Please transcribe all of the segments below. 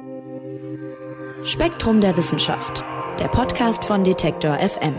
Spektrum der Wissenschaft, der Podcast von Detektor FM.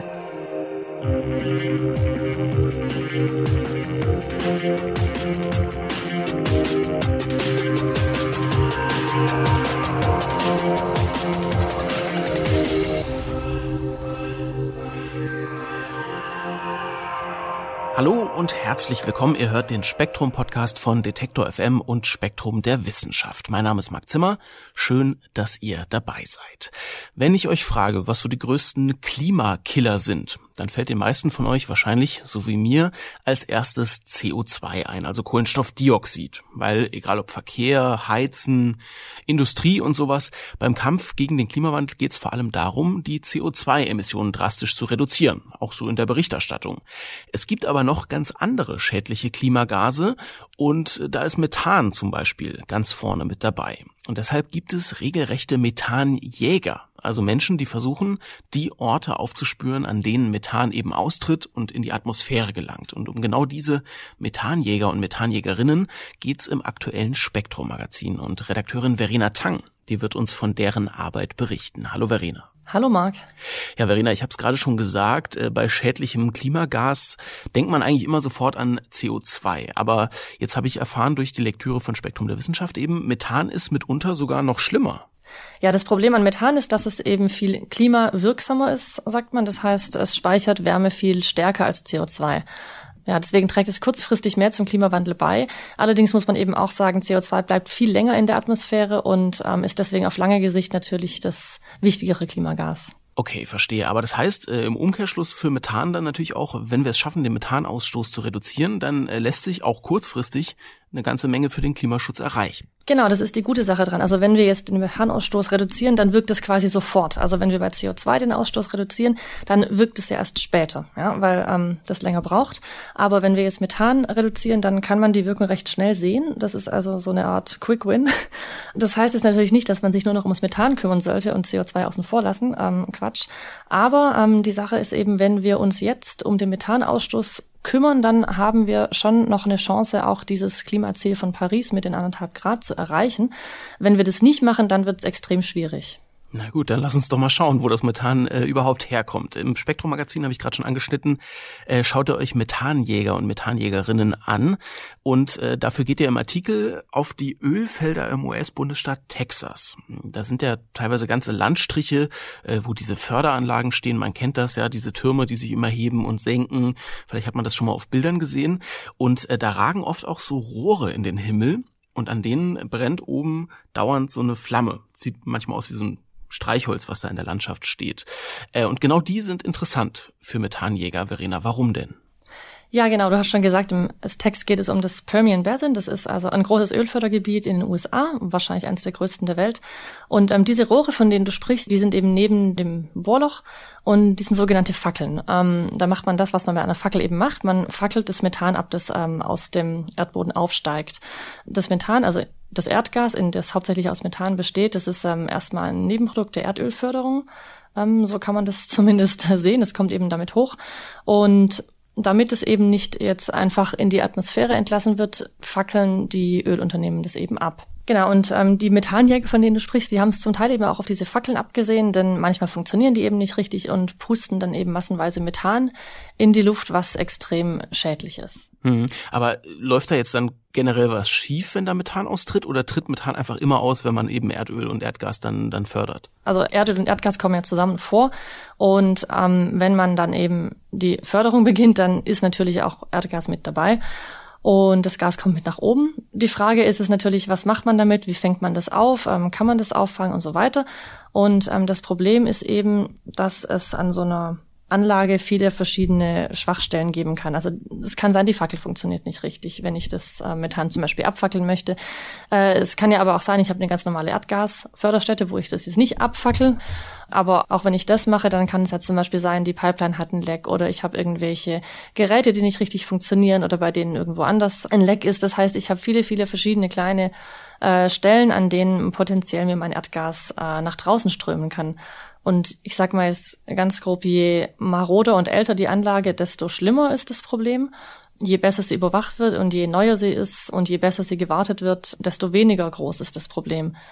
Hallo und herzlich willkommen. Ihr hört den Spektrum-Podcast von Detektor FM und Spektrum der Wissenschaft. Mein Name ist Marc Zimmer. Schön, dass ihr dabei seid. Wenn ich euch frage, was so die größten Klimakiller sind, dann fällt den meisten von euch wahrscheinlich, so wie mir, als erstes CO2 ein, also Kohlenstoffdioxid. Weil egal ob Verkehr, Heizen, Industrie und sowas, beim Kampf gegen den Klimawandel geht es vor allem darum, die CO2-Emissionen drastisch zu reduzieren, auch so in der Berichterstattung. Es gibt aber noch ganz andere schädliche Klimagase und da ist Methan zum Beispiel ganz vorne mit dabei. Und deshalb gibt es regelrechte Methanjäger. Also Menschen, die versuchen, die Orte aufzuspüren, an denen Methan eben austritt und in die Atmosphäre gelangt. Und um genau diese Methanjäger und Methanjägerinnen geht's im aktuellen Spektrum-Magazin. Und Redakteurin Verena Tang, die wird uns von deren Arbeit berichten. Hallo Verena. Hallo Marc. Ja, Verena, ich habe es gerade schon gesagt, bei schädlichem Klimagas denkt man eigentlich immer sofort an CO2. Aber jetzt habe ich erfahren durch die Lektüre von Spektrum der Wissenschaft eben, Methan ist mitunter sogar noch schlimmer. Ja, das Problem an Methan ist, dass es eben viel klimawirksamer ist, sagt man. Das heißt, es speichert Wärme viel stärker als CO2. Ja, deswegen trägt es kurzfristig mehr zum Klimawandel bei. Allerdings muss man eben auch sagen, CO2 bleibt viel länger in der Atmosphäre und ist deswegen auf lange Sicht natürlich das wichtigere Klimagas. Okay, verstehe. Aber das heißt, im Umkehrschluss für Methan dann natürlich auch, wenn wir es schaffen, den Methanausstoß zu reduzieren, dann lässt sich auch kurzfristig eine ganze Menge für den Klimaschutz erreichen. Genau, das ist die gute Sache dran. Also wenn wir jetzt den Methanausstoß reduzieren, dann wirkt es quasi sofort. Also wenn wir bei CO2 den Ausstoß reduzieren, dann wirkt es ja erst später, ja, weil das länger braucht. Aber wenn wir jetzt Methan reduzieren, dann kann man die Wirkung recht schnell sehen. Das ist also so eine Art Quick Win. Das heißt jetzt natürlich nicht, dass man sich nur noch ums Methan kümmern sollte und CO2 außen vor lassen. Quatsch. Aber die Sache ist eben, wenn wir uns jetzt um den Methanausstoß kümmern, dann haben wir schon noch eine Chance, auch dieses Klimaziel von Paris mit den 1,5 Grad zu erreichen. Wenn wir das nicht machen, dann wird es extrem schwierig. Na gut, dann lass uns doch mal schauen, wo das Methan überhaupt herkommt. Im Spektrum-Magazin habe ich gerade schon angeschnitten, schaut ihr euch Methanjäger und Methanjägerinnen an und dafür geht ihr im Artikel auf die Ölfelder im US-Bundesstaat Texas. Da sind ja teilweise ganze Landstriche, wo diese Förderanlagen stehen. Man kennt das ja, diese Türme, die sich immer heben und senken. Vielleicht hat man das schon mal auf Bildern gesehen. Und da ragen oft auch so Rohre in den Himmel und an denen brennt oben dauernd so eine Flamme. Sieht manchmal aus wie so ein Streichholz, was da in der Landschaft steht. Und genau die sind interessant für Methanjäger, Verena. Warum denn? Ja, genau. Du hast schon gesagt, im Text geht es um das Permian Basin. Das ist also ein großes Ölfördergebiet in den USA, wahrscheinlich eines der größten der Welt. Und diese Rohre, von denen du sprichst, die sind eben neben dem Bohrloch und die sind sogenannte Fackeln. Da macht man das, was man mit einer Fackel eben macht. Man fackelt das Methan ab, das aus dem Erdboden aufsteigt. Das Methan, also das Erdgas, in das hauptsächlich aus Methan besteht, das ist erstmal ein Nebenprodukt der Erdölförderung. So kann man das zumindest sehen. Es kommt eben damit hoch. Und damit es eben nicht jetzt einfach in die Atmosphäre entlassen wird, fackeln die Ölunternehmen das eben ab. Genau, und die Methanjäger, von denen du sprichst, die haben es zum Teil eben auch auf diese Fackeln abgesehen, denn manchmal funktionieren die eben nicht richtig und pusten dann eben massenweise Methan in die Luft, was extrem schädlich ist. Aber läuft da jetzt dann generell was schief, wenn da Methan austritt, oder tritt Methan einfach immer aus, wenn man eben Erdöl und Erdgas dann fördert? Also Erdöl und Erdgas kommen ja zusammen vor und wenn man dann eben die Förderung beginnt, dann ist natürlich auch Erdgas mit dabei. Und das Gas kommt mit nach oben. Die Frage ist es natürlich, was macht man damit? Wie fängt man das auf? Kann man das auffangen und so weiter? Und das Problem ist eben, dass es an so einer Anlage viele verschiedene Schwachstellen geben kann. Also es kann sein, die Fackel funktioniert nicht richtig, wenn ich das Methan zum Beispiel abfackeln möchte. Es kann ja aber auch sein, ich habe eine ganz normale Erdgasförderstätte, wo ich das jetzt nicht abfackel. Aber auch wenn ich das mache, dann kann es ja zum Beispiel sein, die Pipeline hat ein Leck oder ich habe irgendwelche Geräte, die nicht richtig funktionieren oder bei denen irgendwo anders ein Leck ist. Das heißt, ich habe viele, viele verschiedene kleine Stellen, an denen potenziell mir mein Erdgas nach draußen strömen kann. Und ich sag mal jetzt ganz grob, je maroder und älter die Anlage, desto schlimmer ist das Problem. Je besser sie überwacht wird und je neuer sie ist und je besser sie gewartet wird, desto weniger groß ist das Problem.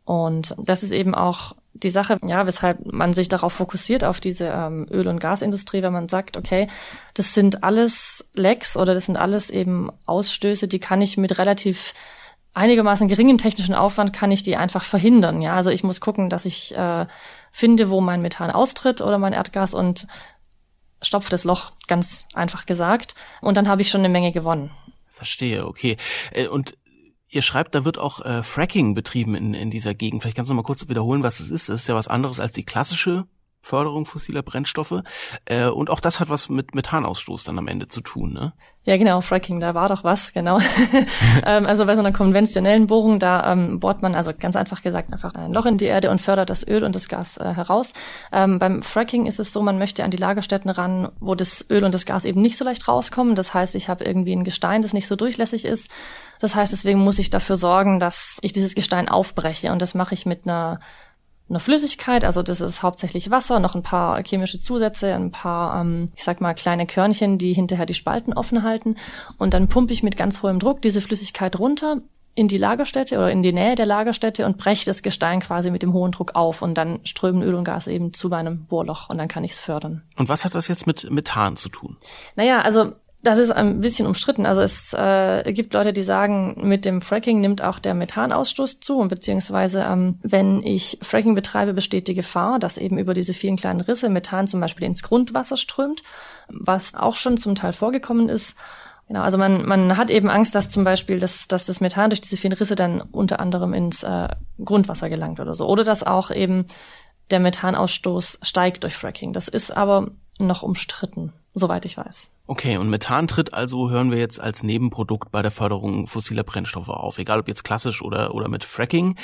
Und das ist eben auch die Sache, ja, weshalb man sich darauf fokussiert, auf diese Öl- und Gasindustrie, wenn man sagt, okay, das sind alles Lecks oder das sind alles eben Ausstöße, die kann ich mit relativ einigermaßen geringem technischen Aufwand kann ich die einfach verhindern. Ja, also ich muss gucken, dass ich finde, wo mein Methan austritt oder mein Erdgas und stopfe das Loch, ganz einfach gesagt. Und dann habe ich schon eine Menge gewonnen. Verstehe, okay. Und ihr schreibt, da wird auch Fracking betrieben in dieser Gegend. Vielleicht kannst du noch mal kurz wiederholen, was es ist. Das ist ja was anderes als die klassische Förderung fossiler Brennstoffe. Und auch das hat was mit Methanausstoß dann am Ende zu tun, ne? Ja, genau, Fracking, da war doch was, genau. Also bei so einer konventionellen Bohrung, da bohrt man, also ganz einfach gesagt, einfach ein Loch in die Erde und fördert das Öl und das Gas heraus. Beim Fracking ist es so, man möchte an die Lagerstätten ran, wo das Öl und das Gas eben nicht so leicht rauskommen. Das heißt, ich habe irgendwie ein Gestein, das nicht so durchlässig ist. Das heißt, deswegen muss ich dafür sorgen, dass ich dieses Gestein aufbreche. Und das mache ich mit einer Flüssigkeit, also das ist hauptsächlich Wasser, noch ein paar chemische Zusätze, ein paar, ich sag mal, kleine Körnchen, die hinterher die Spalten offen halten. Und dann pumpe ich mit ganz hohem Druck diese Flüssigkeit runter in die Lagerstätte oder in die Nähe der Lagerstätte und breche das Gestein quasi mit dem hohen Druck auf. Und dann strömen Öl und Gas eben zu meinem Bohrloch und dann kann ich es fördern. Und was hat das jetzt mit Methan zu tun? Naja, also das ist ein bisschen umstritten. Also es gibt Leute, die sagen, mit dem Fracking nimmt auch der Methanausstoß zu. Und beziehungsweise, wenn ich Fracking betreibe, besteht die Gefahr, dass eben über diese vielen kleinen Risse Methan zum Beispiel ins Grundwasser strömt, was auch schon zum Teil vorgekommen ist. Genau, also man hat eben Angst, dass zum Beispiel dass das Methan durch diese vielen Risse dann unter anderem ins Grundwasser gelangt oder so. Oder dass auch eben der Methanausstoß steigt durch Fracking. Das ist aber noch umstritten, soweit ich weiß. Okay, und Methan tritt also, hören wir jetzt, als Nebenprodukt bei der Förderung fossiler Brennstoffe auf, egal ob jetzt klassisch oder mit Fracking.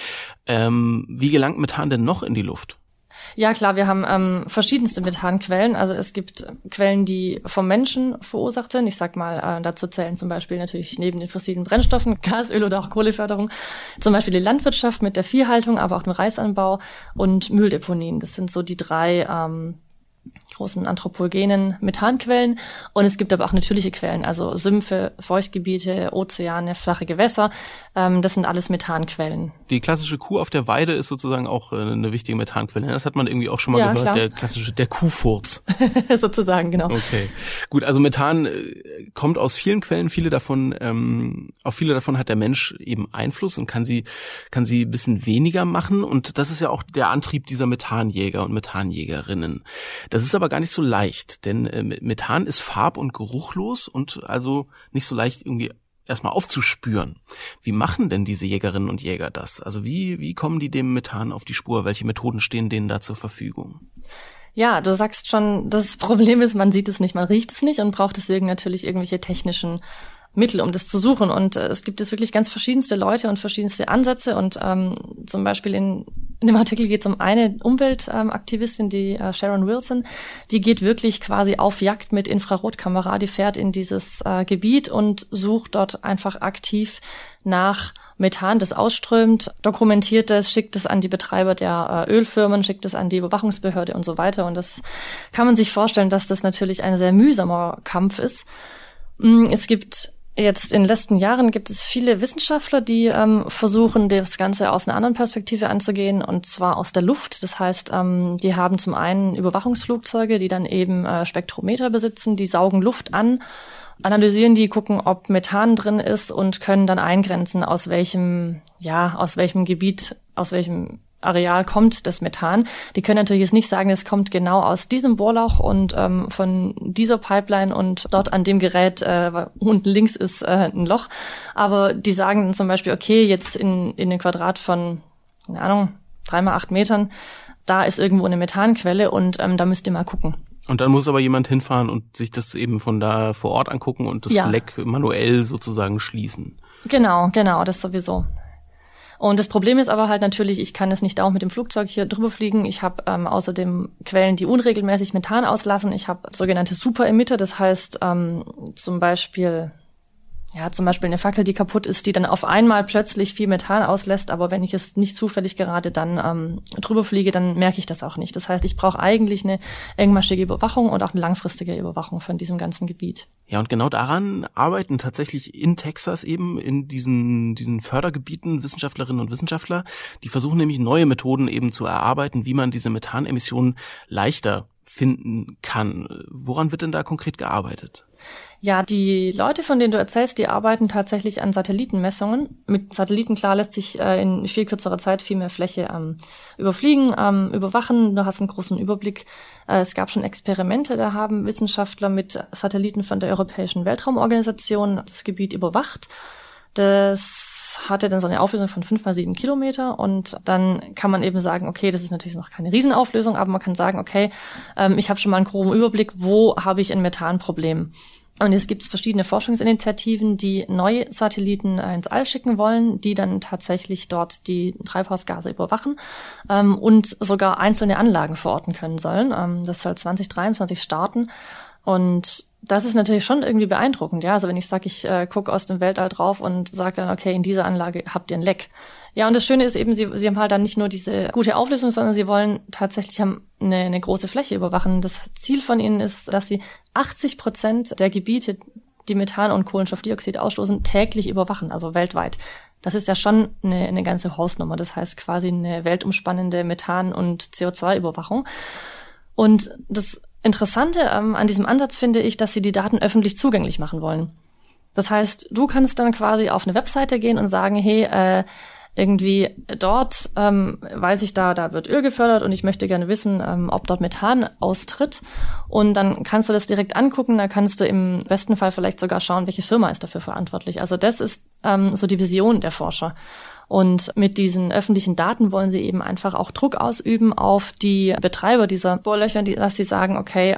Wie gelangt Methan denn noch in die Luft? Ja, klar, wir haben verschiedenste Methanquellen. Also es gibt Quellen, die vom Menschen verursacht sind. Ich sag mal, dazu zählen zum Beispiel natürlich neben den fossilen Brennstoffen Gas, Öl oder auch Kohleförderung, zum Beispiel die Landwirtschaft mit der Viehhaltung, aber auch dem Reisanbau und Mülldeponien. Das sind so die drei großen anthropogenen Methanquellen. Und es gibt aber auch natürliche Quellen, also Sümpfe, Feuchtgebiete, Ozeane, flache Gewässer. Das sind alles Methanquellen. Die klassische Kuh auf der Weide ist sozusagen auch eine wichtige Methanquelle. Das hat man irgendwie auch schon mal gehört, klar. Der Kuhfurz. Sozusagen, genau. Okay, gut, also Methan kommt aus vielen Quellen, auf viele davon hat der Mensch eben Einfluss und kann sie ein bisschen weniger machen. Und das ist ja auch der Antrieb dieser Methanjäger und Methanjägerinnen. Das ist aber gar nicht so leicht, denn Methan ist farb- und geruchlos und also nicht so leicht irgendwie erstmal aufzuspüren. Wie machen denn diese Jägerinnen und Jäger das? Also wie kommen die dem Methan auf die Spur? Welche Methoden stehen denen da zur Verfügung? Ja, du sagst schon, das Problem ist, man sieht es nicht, man riecht es nicht und braucht deswegen natürlich irgendwelche technischen Mittel, um das zu suchen. Und es gibt jetzt wirklich ganz verschiedenste Leute und verschiedenste Ansätze. Und zum Beispiel in dem Artikel geht es um eine Umweltaktivistin, die Sharon Wilson. Die geht wirklich quasi auf Jagd mit Infrarotkamera. Die fährt in dieses Gebiet und sucht dort einfach aktiv nach Methan, das ausströmt, dokumentiert es, schickt es an die Betreiber der Ölfirmen, schickt es an die Überwachungsbehörde und so weiter. Und das kann man sich vorstellen, dass das natürlich ein sehr mühsamer Kampf ist. Es gibt jetzt in den letzten Jahren gibt es viele Wissenschaftler, die versuchen, das Ganze aus einer anderen Perspektive anzugehen, und zwar aus der Luft. Das heißt, die haben zum einen Überwachungsflugzeuge, die dann eben Spektrometer besitzen, die saugen Luft an, analysieren die, gucken, ob Methan drin ist und können dann eingrenzen, aus welchem Gebiet, aus welchem Areal kommt das Methan. Die können natürlich jetzt nicht sagen, es kommt genau aus diesem Bohrloch und von dieser Pipeline und dort an dem Gerät unten links ist ein Loch. Aber die sagen dann zum Beispiel, okay, jetzt in den Quadrat von, keine Ahnung, 3x8 Metern, da ist irgendwo eine Methanquelle und da müsst ihr mal gucken. Und dann muss aber jemand hinfahren und sich das eben von da vor Ort angucken und das Leck manuell sozusagen schließen. Genau, das sowieso. Und das Problem ist aber halt natürlich, ich kann es nicht dauernd mit dem Flugzeug hier drüber fliegen. Ich habe außerdem Quellen, die unregelmäßig Methan auslassen. Ich habe sogenannte Super-Emitter, das heißt zum Beispiel Ja, zum Beispiel eine Fackel, die kaputt ist, die dann auf einmal plötzlich viel Methan auslässt, aber wenn ich es nicht zufällig gerade dann drüber fliege, dann merke ich das auch nicht. Das heißt, ich brauche eigentlich eine engmaschige Überwachung und auch eine langfristige Überwachung von diesem ganzen Gebiet. Ja, und genau daran arbeiten tatsächlich in Texas eben in diesen Fördergebieten Wissenschaftlerinnen und Wissenschaftler. Die versuchen nämlich neue Methoden eben zu erarbeiten, wie man diese Methanemissionen leichter finden kann. Woran wird denn da konkret gearbeitet? Ja, die Leute, von denen du erzählst, die arbeiten tatsächlich an Satellitenmessungen. Mit Satelliten, klar, lässt sich in viel kürzerer Zeit viel mehr Fläche überfliegen, überwachen. Du hast einen großen Überblick. Es gab schon Experimente, da haben Wissenschaftler mit Satelliten von der Europäischen Weltraumorganisation das Gebiet überwacht. Das hatte dann so eine Auflösung von 5x7 Kilometer und dann kann man eben sagen, okay, das ist natürlich noch keine Riesenauflösung, aber man kann sagen, okay, ich habe schon mal einen groben Überblick, wo habe ich ein Methanproblem. Und es gibt verschiedene Forschungsinitiativen, die neue Satelliten ins All schicken wollen, die dann tatsächlich dort die Treibhausgase überwachen und sogar einzelne Anlagen verorten können sollen. Das soll 2023 starten. Und das ist natürlich schon irgendwie beeindruckend. Ja, also wenn ich sage, ich gucke aus dem Weltall drauf und sage dann, okay, in dieser Anlage habt ihr ein Leck. Ja, und das Schöne ist eben, sie haben halt dann nicht nur diese gute Auflösung, sondern sie wollen tatsächlich eine große Fläche überwachen. Das Ziel von ihnen ist, dass sie 80% der Gebiete, die Methan und Kohlenstoffdioxid ausstoßen, täglich überwachen, also weltweit. Das ist ja schon eine ganze Hausnummer. Das heißt quasi eine weltumspannende Methan- und CO2-Überwachung. Und das Interessante an diesem Ansatz finde ich, dass sie die Daten öffentlich zugänglich machen wollen. Das heißt, du kannst dann quasi auf eine Webseite gehen und sagen, hey, irgendwie dort weiß ich, da wird Öl gefördert und ich möchte gerne wissen, ob dort Methan austritt. Und dann kannst du das direkt angucken, da kannst du im besten Fall vielleicht sogar schauen, welche Firma ist dafür verantwortlich. Also das ist so die Vision der Forscher. Und mit diesen öffentlichen Daten wollen sie eben einfach auch Druck ausüben auf die Betreiber dieser Bohrlöcher, dass sie sagen, okay,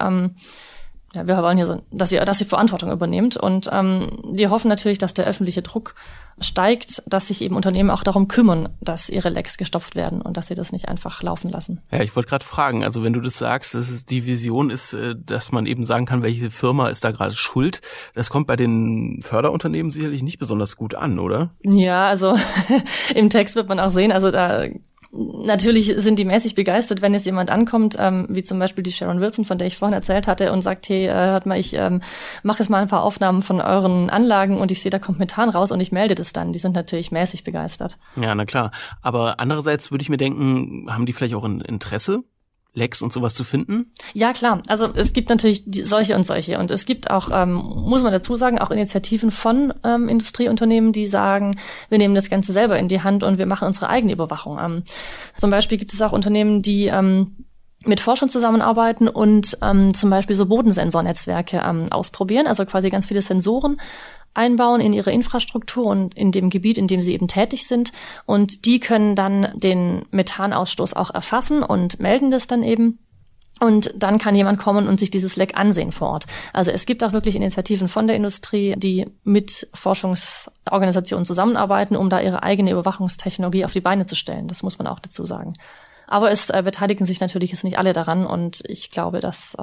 ja, wir wollen hier so, dass ihr Verantwortung übernehmt. Und die hoffen natürlich, dass der öffentliche Druck steigt, dass sich eben Unternehmen auch darum kümmern, dass ihre Lecks gestopft werden und dass sie das nicht einfach laufen lassen. Ja, ich wollte gerade fragen, also wenn du das sagst, die Vision ist, dass man eben sagen kann, welche Firma ist da gerade schuld. Das kommt bei den Förderunternehmen sicherlich nicht besonders gut an, oder? Ja, also im Text wird man auch sehen, also da natürlich sind die mäßig begeistert, wenn jetzt jemand ankommt, wie zum Beispiel die Sharon Wilson, von der ich vorhin erzählt hatte, und sagt, hey, hört mal, ich mache jetzt mal ein paar Aufnahmen von euren Anlagen und ich sehe, da kommt Methan raus und ich melde das dann. Die sind natürlich mäßig begeistert. Ja, na klar. Aber andererseits würde ich mir denken, haben die vielleicht auch ein Interesse, Lecks und sowas zu finden? Ja, klar. Also es gibt natürlich solche und solche. Und es gibt auch, muss man dazu sagen, auch Initiativen von Industrieunternehmen, die sagen, wir nehmen das Ganze selber in die Hand und wir machen unsere eigene Überwachung. Zum Beispiel gibt es auch Unternehmen, die mit Forschern zusammenarbeiten und zum Beispiel so Bodensensornetzwerke ausprobieren, also quasi ganz viele Sensoren einbauen in ihre Infrastruktur und in dem Gebiet, in dem sie eben tätig sind. Und die können dann den Methanausstoß auch erfassen und melden das dann eben. Und dann kann jemand kommen und sich dieses Leck ansehen vor Ort. Also es gibt auch wirklich Initiativen von der Industrie, die mit Forschungsorganisationen zusammenarbeiten, um da ihre eigene Überwachungstechnologie auf die Beine zu stellen. Das muss man auch dazu sagen. Aber es beteiligen sich natürlich jetzt nicht alle daran. Und ich glaube, dass,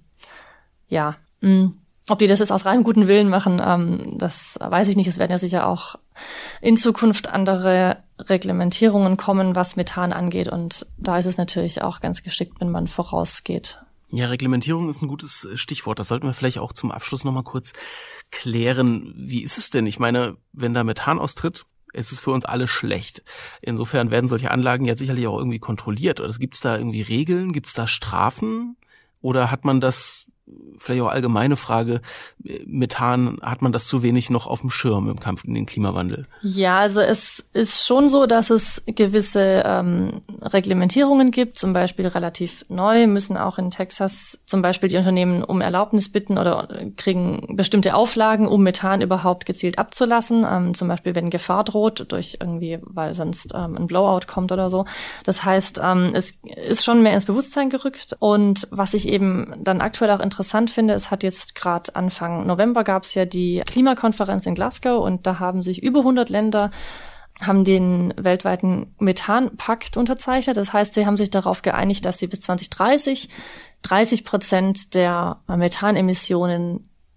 ob die das jetzt aus reinem guten Willen machen, das weiß ich nicht. Es werden ja sicher auch in Zukunft andere Reglementierungen kommen, was Methan angeht. Und da ist es natürlich auch ganz geschickt, wenn man vorausgeht. Ja, Reglementierung ist ein gutes Stichwort. Das sollten wir vielleicht auch zum Abschluss nochmal kurz klären. Wie ist es denn? Ich meine, wenn da Methan austritt, ist es für uns alle schlecht. Insofern werden solche Anlagen ja sicherlich auch irgendwie kontrolliert. Oder gibt es da irgendwie Regeln? Gibt es da Strafen? Oder hat man das, vielleicht auch allgemeine Frage, Methan, hat man das zu wenig noch auf dem Schirm im Kampf gegen den Klimawandel? Ja, also es ist schon so, dass es gewisse Reglementierungen gibt. Zum Beispiel relativ neu müssen auch in Texas zum Beispiel die Unternehmen um Erlaubnis bitten oder kriegen bestimmte Auflagen, um Methan überhaupt gezielt abzulassen. Zum Beispiel, wenn Gefahr droht, durch irgendwie, weil sonst ein Blowout kommt oder so. Das heißt, es ist schon mehr ins Bewusstsein gerückt. Und was ich eben dann aktuell auch interessant finde, es hat jetzt gerade Anfang November gab es ja die Klimakonferenz in Glasgow und da haben sich über 100 Länder den weltweiten Methanpakt unterzeichnet. Das heißt, sie haben sich darauf geeinigt, dass sie bis 2030 30% der Methanemissionen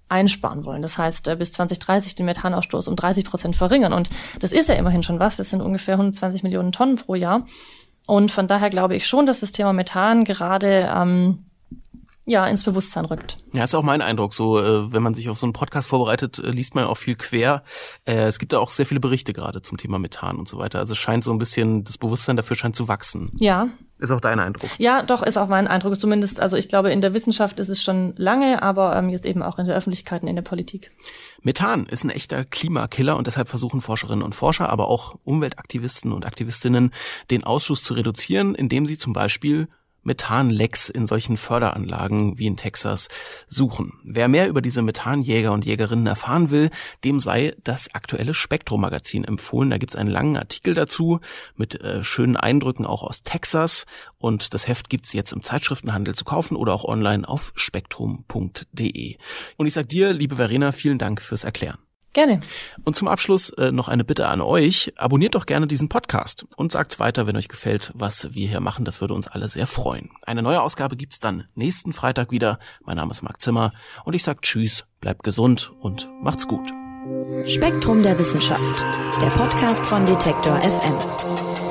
einsparen wollen. Das heißt, bis 2030 den Methanausstoß um 30% verringern. Und das ist ja immerhin schon was. Das sind ungefähr 120 Millionen Tonnen pro Jahr. Und von daher glaube ich schon, dass das Thema Methan gerade ins Bewusstsein rückt. Ja, ist auch mein Eindruck. So, wenn man sich auf so einen Podcast vorbereitet, liest man auch viel quer. Es gibt da auch sehr viele Berichte gerade zum Thema Methan und so weiter. Also es scheint so ein bisschen, das Bewusstsein dafür scheint zu wachsen. Ja. Ist auch dein Eindruck? Ja, doch, ist auch mein Eindruck. Zumindest, also ich glaube, in der Wissenschaft ist es schon lange, aber jetzt eben auch in der Öffentlichkeit und in der Politik. Methan ist ein echter Klimakiller und deshalb versuchen Forscherinnen und Forscher, aber auch Umweltaktivisten und Aktivistinnen, den Ausstoß zu reduzieren, indem sie zum Beispiel Methanlecks in solchen Förderanlagen wie in Texas suchen. Wer mehr über diese Methanjäger und Jägerinnen erfahren will, dem sei das aktuelle Spektrum-Magazin empfohlen. Da gibt's einen langen Artikel dazu mit schönen Eindrücken auch aus Texas. Und das Heft gibt's jetzt im Zeitschriftenhandel zu kaufen oder auch online auf spektrum.de. Und ich sag dir, liebe Verena, vielen Dank fürs Erklären. Gerne. Und zum Abschluss noch eine Bitte an euch. Abonniert doch gerne diesen Podcast und sagt's weiter, wenn euch gefällt, was wir hier machen. Das würde uns alle sehr freuen. Eine neue Ausgabe gibt's dann nächsten Freitag wieder. Mein Name ist Marc Zimmer und ich sag Tschüss, bleibt gesund und macht's gut. Spektrum der Wissenschaft, der Podcast von Detektor FM.